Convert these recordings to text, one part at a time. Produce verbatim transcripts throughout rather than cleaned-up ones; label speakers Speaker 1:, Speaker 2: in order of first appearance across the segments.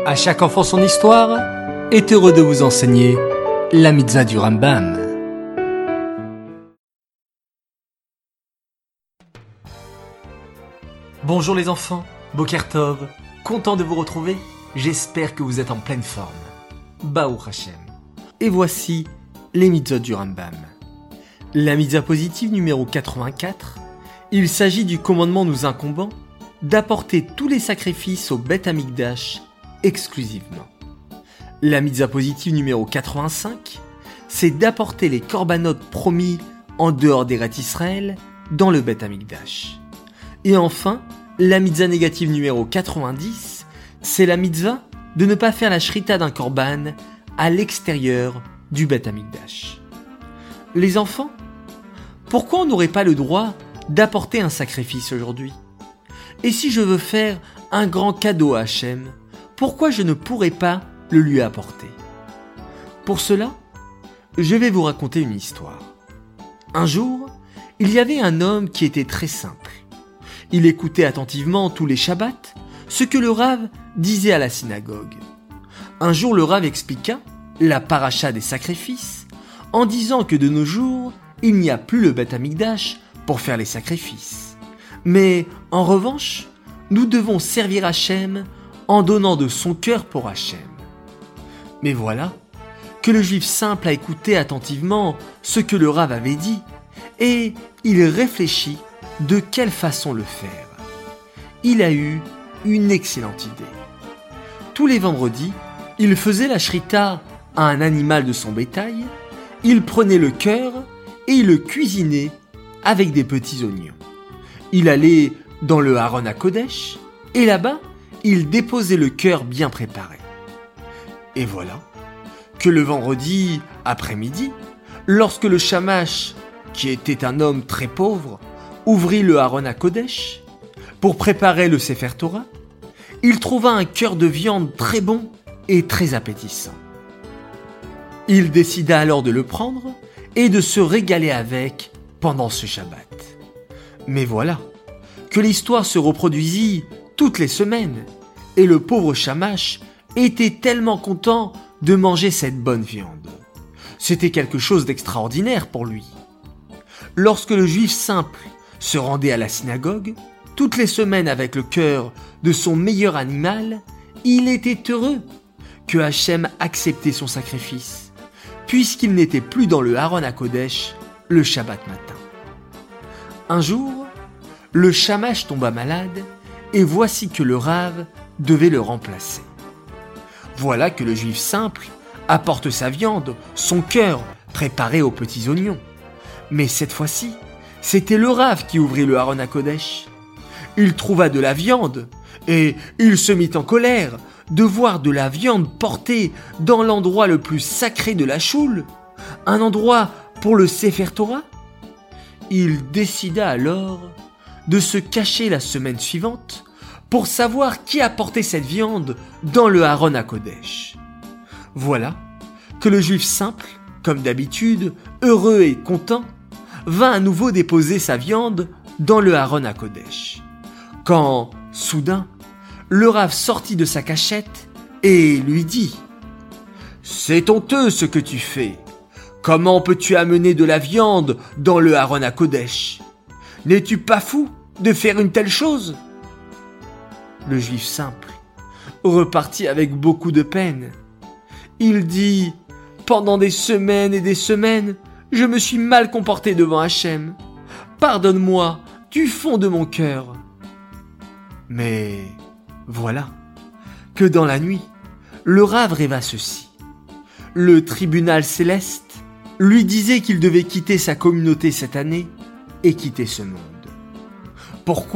Speaker 1: À chaque enfant son histoire est heureux de vous enseigner la mitzvah du Rambam. Bonjour les enfants, Boker Tov, content de vous retrouver, j'espère que vous êtes en pleine forme. Baruch Hashem. Et voici les mitzvot du Rambam. La mitzvah positive numéro quatre-vingt-quatre, il s'agit du commandement nous incombant d'apporter tous les sacrifices au Beth Amikdash exclusivement. La mitzvah positive numéro quatre-vingt-cinq, c'est d'apporter les corbanotes promis en dehors d'Eretz Israël dans le Beth Amikdash. Et enfin, la mitzvah négative numéro quatre-vingt-dix, c'est la mitzvah de ne pas faire la shrita d'un korban à l'extérieur du Beth Amikdash. Les enfants, pourquoi on n'aurait pas le droit d'apporter un sacrifice aujourd'hui ? Et si je veux faire un grand cadeau à Hachem, pourquoi je ne pourrais pas le lui apporter ? Pour cela, je vais vous raconter une histoire. Un jour, il y avait un homme qui était très simple. Il écoutait attentivement tous les Shabbats ce que le Rav disait à la synagogue. Un jour, le Rav expliqua la paracha des sacrifices en disant que de nos jours, il n'y a plus le Beth Amikdash pour faire les sacrifices. Mais en revanche, nous devons servir Hachem en donnant de son cœur pour Hachem. Mais voilà que le juif simple a écouté attentivement ce que le Rav avait dit et il réfléchit de quelle façon le faire. Il a eu une excellente idée. Tous les vendredis, il faisait la shrita à un animal de son bétail, il prenait le cœur et il le cuisinait avec des petits oignons. Il allait dans le Aron HaKodesh et là-bas, il déposait le cœur bien préparé. Et voilà que le vendredi après-midi, lorsque le Shamash, qui était un homme très pauvre, ouvrit le Aron HaKodesh pour préparer le Sefer Torah, il trouva un cœur de viande très bon et très appétissant. Il décida alors de le prendre et de se régaler avec pendant ce Shabbat. Mais voilà que l'histoire se reproduisit toutes les semaines, et le pauvre Shamash était tellement content de manger cette bonne viande. C'était quelque chose d'extraordinaire pour lui. Lorsque le juif simple se rendait à la synagogue, toutes les semaines avec le cœur de son meilleur animal, il était heureux que Hachem acceptait son sacrifice, puisqu'il n'était plus dans le Aron HaKodesh le Shabbat matin. Un jour, le Shamash tomba malade, et voici que le Rav devait le remplacer. Voilà que le juif simple apporte sa viande, son cœur préparé aux petits oignons. Mais cette fois-ci, c'était le Rav qui ouvrit le Aron HaKodesh. Il trouva de la viande et il se mit en colère de voir de la viande portée dans l'endroit le plus sacré de la choule, un endroit pour le Sefer Torah. Il décida alors de se cacher la semaine suivante pour savoir qui apportait cette viande dans le Aron HaKodesh. Voilà que le juif simple, comme d'habitude, heureux et content, vint à nouveau déposer sa viande dans le Aron HaKodesh. Quand, soudain, le Rav sortit de sa cachette et lui dit « C'est honteux ce que tu fais. Comment peux-tu amener de la viande dans le Aron HaKodesh ? N'es-tu pas fou de faire une telle chose ?» Le juif simple repartit avec beaucoup de peine. Il dit « Pendant des semaines et des semaines, je me suis mal comporté devant Hachem. Pardonne-moi du fond de mon cœur. » Mais voilà que dans la nuit, le Rav rêva ceci. Le tribunal céleste lui disait qu'il devait quitter sa communauté cette année et quitter ce monde. Pourquoi ?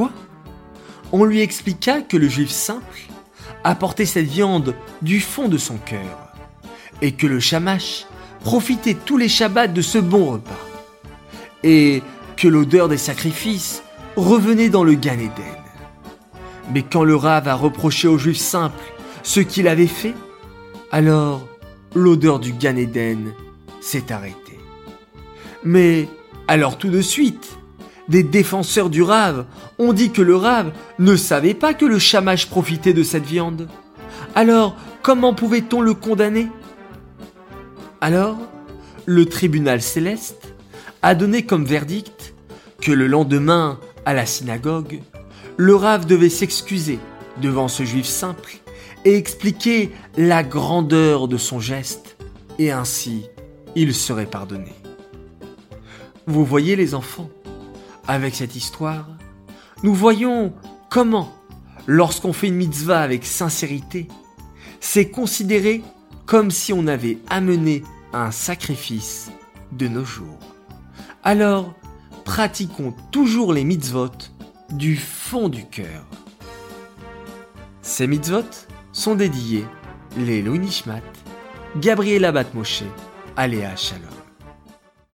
Speaker 1: On lui expliqua que le juif simple apportait cette viande du fond de son cœur et que le Shamash profitait tous les Shabbats de ce bon repas et que l'odeur des sacrifices revenait dans le Gan Eden. Mais quand le Rav a reproché au juif simple ce qu'il avait fait, alors l'odeur du Gan Eden s'est arrêtée. Mais alors tout de suite, des défenseurs du Rav ont dit que le Rav ne savait pas que le Shamash profitait de cette viande. Alors, comment pouvait-on le condamner ? Alors, le tribunal céleste a donné comme verdict que le lendemain, à la synagogue, le Rav devait s'excuser devant ce juif simple et expliquer la grandeur de son geste, et ainsi il serait pardonné. Vous voyez les enfants, avec cette histoire, nous voyons comment, lorsqu'on fait une mitzvah avec sincérité, c'est considéré comme si on avait amené un sacrifice de nos jours. Alors, pratiquons toujours les mitzvot du fond du cœur. Ces mitzvot sont dédiés les Louis Nishmat, Gabriela Bat Moshe, Aléa Shalom.